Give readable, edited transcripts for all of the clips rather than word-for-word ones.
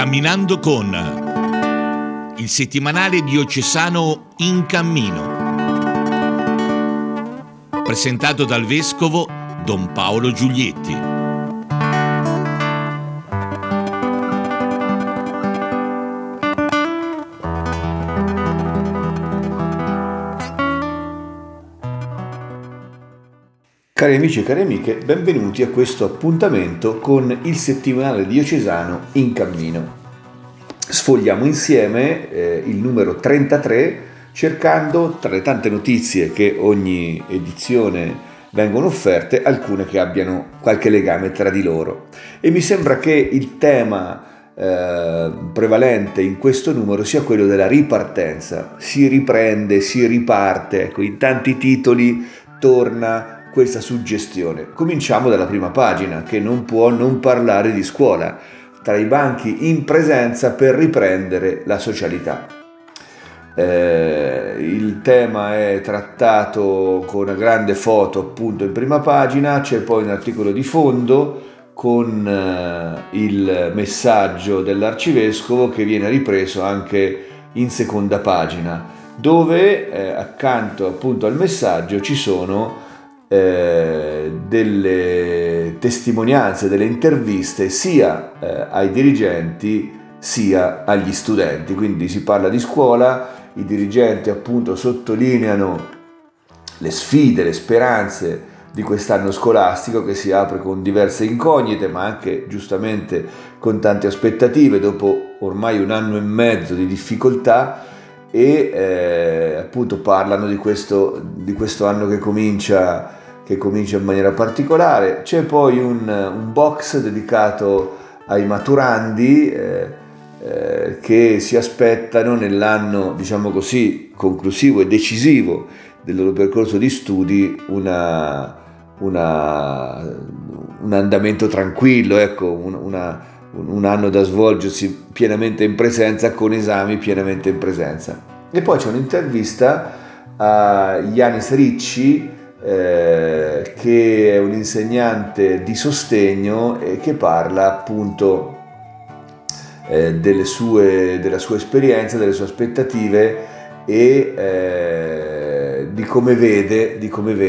Camminando con il settimanale diocesano In Cammino, presentato dal vescovo Don Paolo Giulietti. Cari amici e cari amiche, benvenuti a questo appuntamento con il settimanale diocesano In Cammino. Sfogliamo insieme il numero 33, cercando tra le tante notizie che ogni edizione vengono offerte, alcune che abbiano qualche legame tra di loro. E mi sembra che il tema prevalente in questo numero sia quello della ripartenza. Si riprende, si riparte, ecco, in tanti titoli torna questa suggestione. Cominciamo dalla prima pagina, che non può non parlare di scuola, tra i banchi in presenza per riprendere la socialità. Il tema è trattato con una grande foto appunto in prima pagina, c'è poi un articolo di fondo con il messaggio dell'arcivescovo che viene ripreso anche in seconda pagina, dove accanto appunto al messaggio ci sono delle testimonianze, delle interviste sia ai dirigenti sia agli studenti. Quindi si parla di scuola, i dirigenti appunto sottolineano le sfide, le speranze di quest'anno scolastico che si apre con diverse incognite, ma anche giustamente con tante aspettative dopo ormai un anno e mezzo di difficoltà. E appunto parlano di questo anno che comincia in maniera particolare. C'è poi un box dedicato ai maturandi che si aspettano nell'anno, diciamo così, conclusivo e decisivo del loro percorso di studi un andamento tranquillo, ecco, un anno da svolgersi pienamente in presenza, con esami pienamente in presenza. E poi c'è un'intervista a Yanis Ricci, che è un insegnante di sostegno e che parla appunto della sua esperienza, delle sue aspettative e di come vede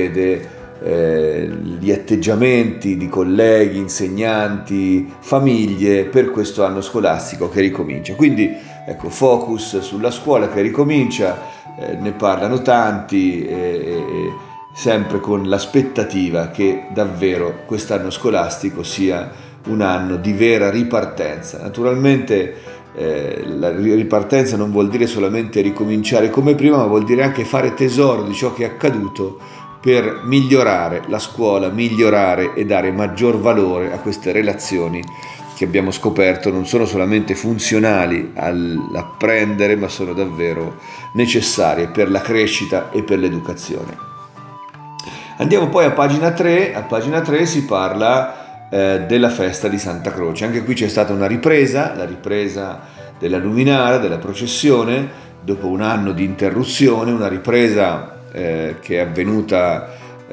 gli atteggiamenti di colleghi, insegnanti, famiglie per questo anno scolastico che ricomincia. Quindi ecco, focus sulla scuola che ricomincia, ne parlano tanti sempre con l'aspettativa che davvero quest'anno scolastico sia un anno di vera ripartenza. Naturalmente la ripartenza non vuol dire solamente ricominciare come prima, ma vuol dire anche fare tesoro di ciò che è accaduto per migliorare la scuola, migliorare e dare maggior valore a queste relazioni che abbiamo scoperto non sono solamente funzionali all'apprendere, ma sono davvero necessarie per la crescita e per l'educazione. Andiamo poi a pagina 3. A pagina 3 si parla della festa di Santa Croce. Anche qui c'è stata una ripresa, la ripresa della luminara, della processione, dopo un anno di interruzione, una ripresa che è avvenuta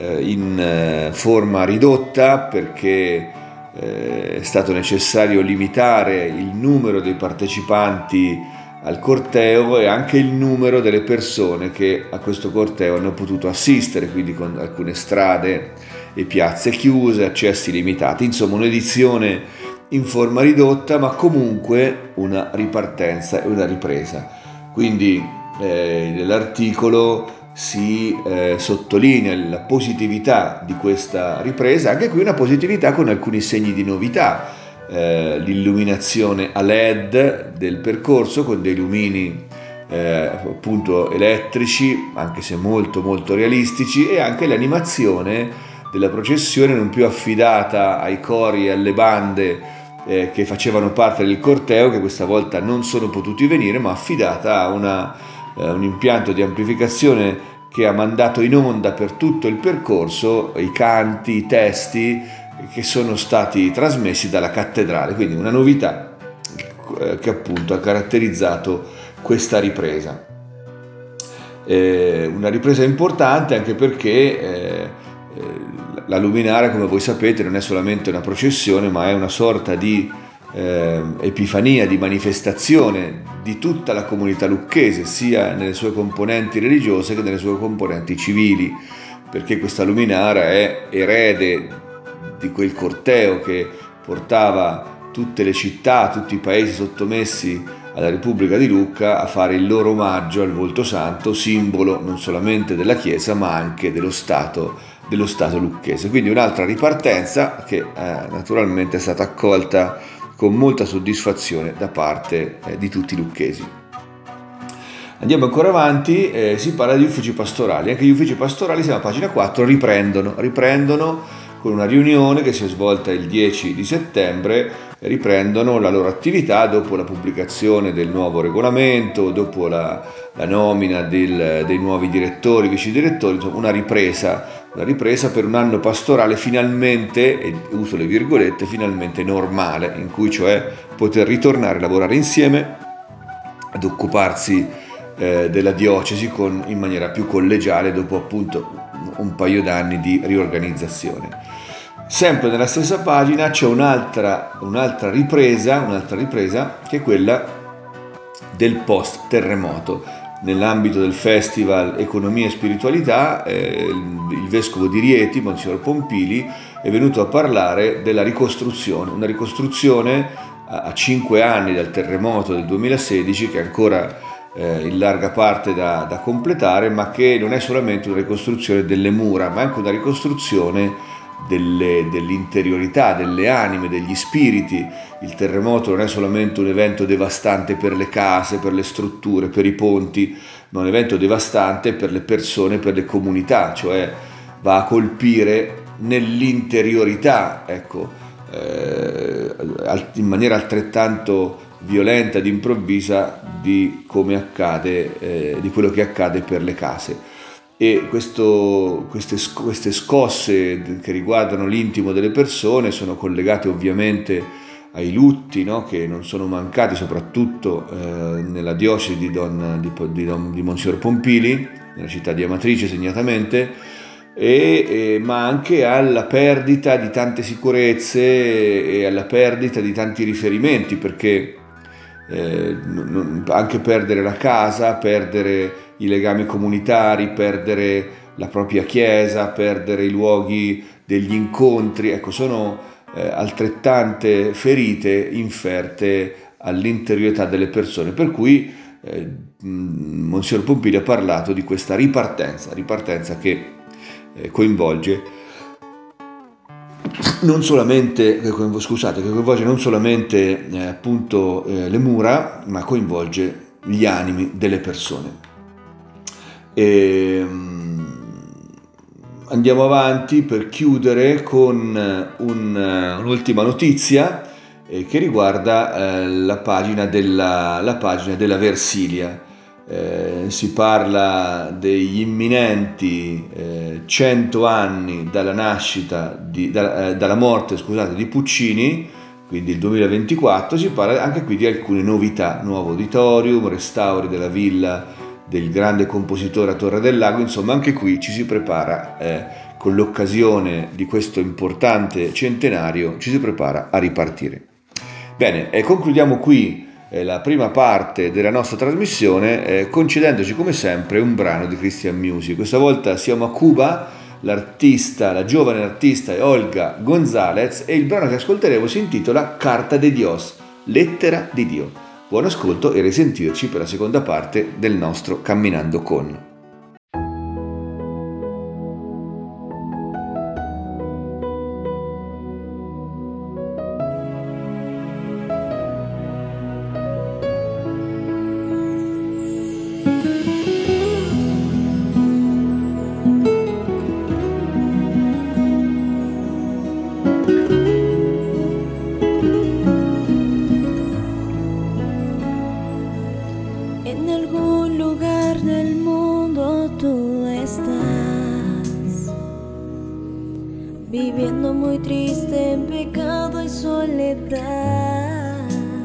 in forma ridotta perché è stato necessario limitare il numero dei partecipanti al corteo e anche il numero delle persone che a questo corteo hanno potuto assistere, quindi con alcune strade e piazze chiuse, accessi limitati, insomma un'edizione in forma ridotta, ma comunque una ripartenza e una ripresa. Quindi nell'articolo si sottolinea la positività di questa ripresa, anche qui una positività con alcuni segni di novità, l'illuminazione a LED del percorso con dei lumini appunto elettrici, anche se molto molto realistici, e anche l'animazione della processione non più affidata ai cori e alle bande che facevano parte del corteo, che questa volta non sono potuti venire, ma affidata a un impianto di amplificazione che ha mandato in onda per tutto il percorso i canti, i testi che sono stati trasmessi dalla cattedrale. Quindi una novità che appunto ha caratterizzato questa ripresa. Una ripresa importante anche perché la luminara, come voi sapete, non è solamente una processione, ma è una sorta di epifania, di manifestazione di tutta la comunità lucchese, sia nelle sue componenti religiose che nelle sue componenti civili, perché questa luminara è erede di quel corteo che portava tutte le città, tutti i paesi sottomessi alla Repubblica di Lucca a fare il loro omaggio al volto santo, simbolo non solamente della Chiesa ma anche dello Stato lucchese. Quindi un'altra ripartenza che naturalmente è stata accolta con molta soddisfazione da parte di tutti i lucchesi. Andiamo ancora avanti, si parla di uffici pastorali. Anche gli uffici pastorali, siamo a pagina 4, riprendono con una riunione che si è svolta il 10 di settembre, riprendono la loro attività dopo la pubblicazione del nuovo regolamento, dopo la nomina dei nuovi direttori, vice direttori, insomma una ripresa per un anno pastorale finalmente, e uso le virgolette, finalmente normale, in cui cioè poter ritornare a lavorare insieme, ad occuparsi della diocesi in maniera più collegiale dopo appunto un paio d'anni di riorganizzazione. Sempre nella stessa pagina c'è un'altra ripresa che è quella del post terremoto. Nell'ambito del festival Economia e Spiritualità, il vescovo di Rieti, Monsignor Pompili, è venuto a parlare della ricostruzione, una ricostruzione a 5 anni dal terremoto del 2016 che è ancora in larga parte da completare, ma che non è solamente una ricostruzione delle mura, ma anche una ricostruzione dell'interiorità, delle anime, degli spiriti. Il terremoto non è solamente un evento devastante per le case, per le strutture, per i ponti, ma un evento devastante per le persone, per le comunità, cioè va a colpire nell'interiorità, in maniera altrettanto violenta ed improvvisa di come accade, di quello che accade per le case. E queste scosse che riguardano l'intimo delle persone sono collegate ovviamente ai lutti, no? Che non sono mancati soprattutto nella diocesi di Monsignor Pompili, nella città di Amatrice segnatamente, ma anche alla perdita di tante sicurezze e alla perdita di tanti riferimenti, perché anche perdere la casa, perdere i legami comunitari, perdere la propria chiesa, perdere i luoghi degli incontri, sono altrettante ferite inferte all'interiorità delle persone, per cui Monsignor Pompili ha parlato di questa ripartenza che coinvolge non solamente appunto le mura, ma coinvolge gli animi delle persone. Andiamo avanti per chiudere con un'ultima notizia che riguarda la pagina della Versilia. Si parla degli imminenti 100 anni dalla morte di Puccini, quindi il 2024. Si parla anche qui di alcune novità: nuovo auditorium, restauri della villa del grande compositore a Torre del Lago. Insomma, anche qui ci si prepara, con l'occasione di questo importante centenario, ci si prepara a ripartire. Bene, concludiamo qui la prima parte della nostra trasmissione, concedendoci come sempre un brano di Christian Music. Questa volta siamo a Cuba, la giovane artista è Olga González e il brano che ascolteremo si intitola Carta de Dios, lettera di Dio. Buon ascolto e risentirci per la seconda parte del nostro Camminando con. Viviendo muy triste en pecado y soledad,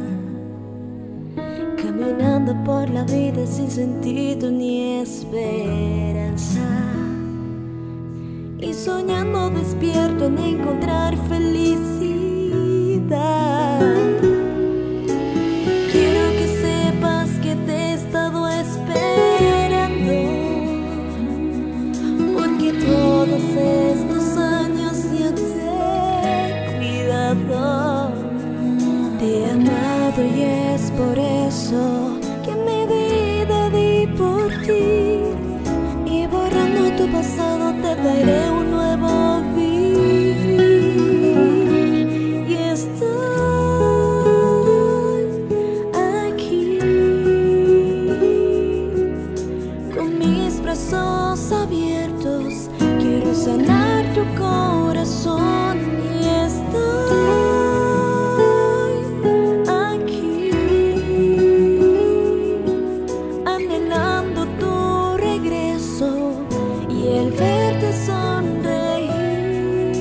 caminando por la vida sin sentido ni esperanza, y soñando despierto en encontrar felicidad. por eso que mi vida di por ti. Y borrando tu pasado te daré un nuevo vivir. Y estoy aquí con mis brazos abiertos. Quiero sanar tu corazón. Y estoy aquí anhelando tu regreso y el verte sonreír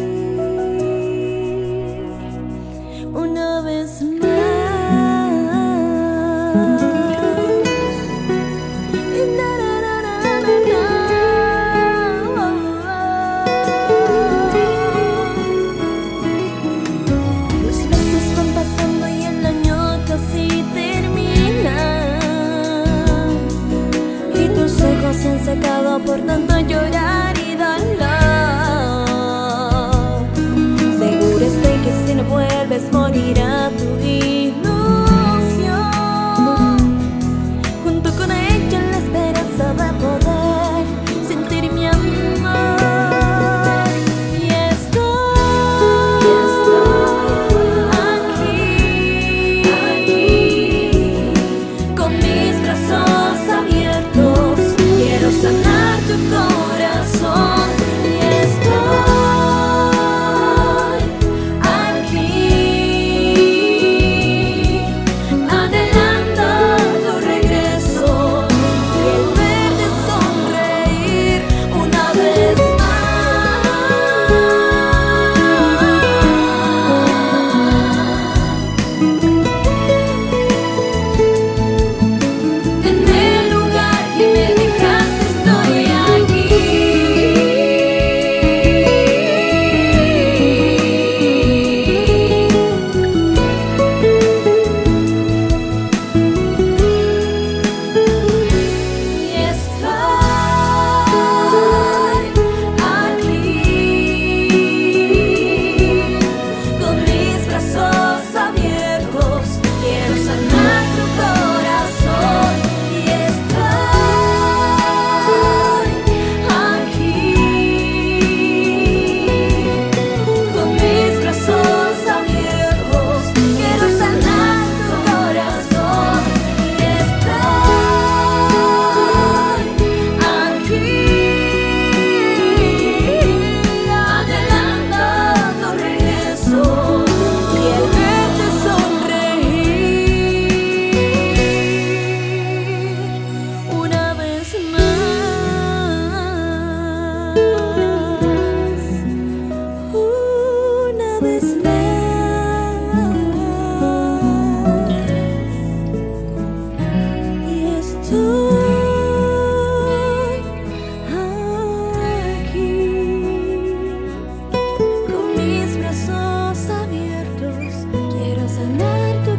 una vez más. Na, na, na, na, na, na. Los meses van pasando y el año casi termina, y tus ojos se han secado por tanto llorar y dolor. Seguro estoy que si no vuelves morirá tu ilusión. Junto con ella la esperanza de poder sentir mi amor. Y estoy aquí con mis brazos abiertos. Quiero sanar tu corazón. Y estoy aquí anhelando tu regreso y el verte sonreír una vez en el lugar que me dejaste estoy aquí. Y estoy aquí con mis brazos abiertos. Quiero sanar tu corazón. Y estoy aquí con mis brazos abiertos. Quiero sanar tu corazón. Y estoy aquí anhelando tu regreso y el verte sonreír una vez más, una vez más. Y estoy aquí con mis brazos abiertos. Quiero sanar tu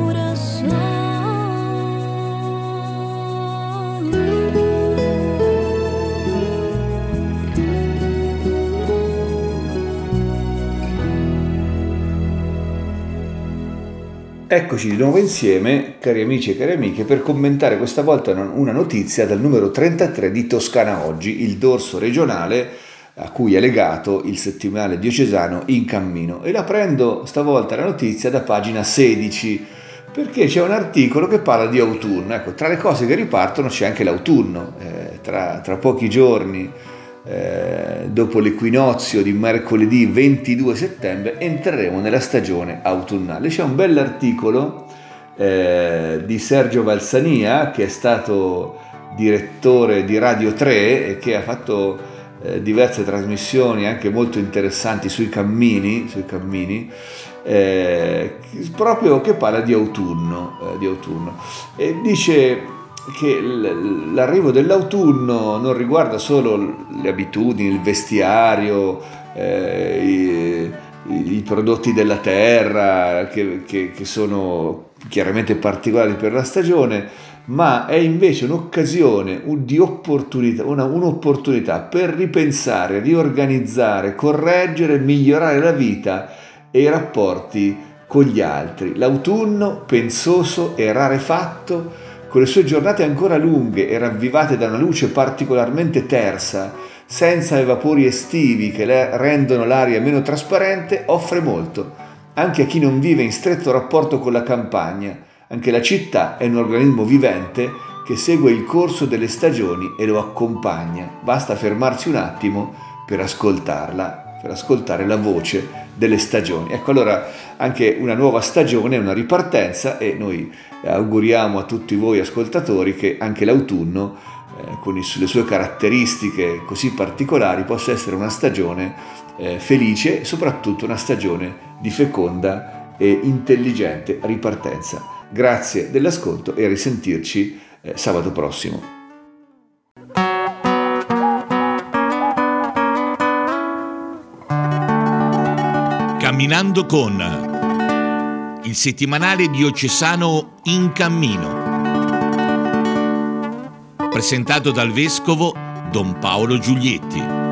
Eccoci di nuovo insieme, cari amici e cari amiche, per commentare questa volta una notizia dal numero 33 di Toscana Oggi, il dorso regionale a cui è legato il settimanale diocesano In Cammino. E la prendo stavolta la notizia da pagina 16, perché c'è un articolo che parla di autunno. Ecco, tra le cose che ripartono c'è anche l'autunno. Tra pochi giorni, dopo l'equinozio di mercoledì 22 settembre, entreremo nella stagione autunnale. C'è un bell'articolo di Sergio Valsania, che è stato direttore di Radio 3 e che ha fatto diverse trasmissioni anche molto interessanti sui cammini, proprio che parla di autunno, e dice che l'arrivo dell'autunno non riguarda solo le abitudini, il vestiario, i prodotti della terra che sono chiaramente particolari per la stagione, ma è invece un'occasione di opportunità, un'opportunità per ripensare, riorganizzare, correggere, migliorare la vita e i rapporti con gli altri. L'autunno, pensoso e rarefatto, con le sue giornate ancora lunghe e ravvivate da una luce particolarmente tersa, senza i vapori estivi che rendono l'aria meno trasparente, offre molto, anche a chi non vive in stretto rapporto con la campagna. Anche la città è un organismo vivente che segue il corso delle stagioni e lo accompagna. Basta fermarsi un attimo per ascoltarla, per ascoltare la voce delle stagioni. Ecco, allora anche una nuova stagione, una ripartenza, e noi auguriamo a tutti voi ascoltatori che anche l'autunno, con le sue caratteristiche così particolari, possa essere una stagione felice e soprattutto una stagione di feconda e intelligente ripartenza. Grazie dell'ascolto e a risentirci sabato prossimo. Camminando con il settimanale diocesano In Cammino, presentato dal vescovo Don Paolo Giulietti.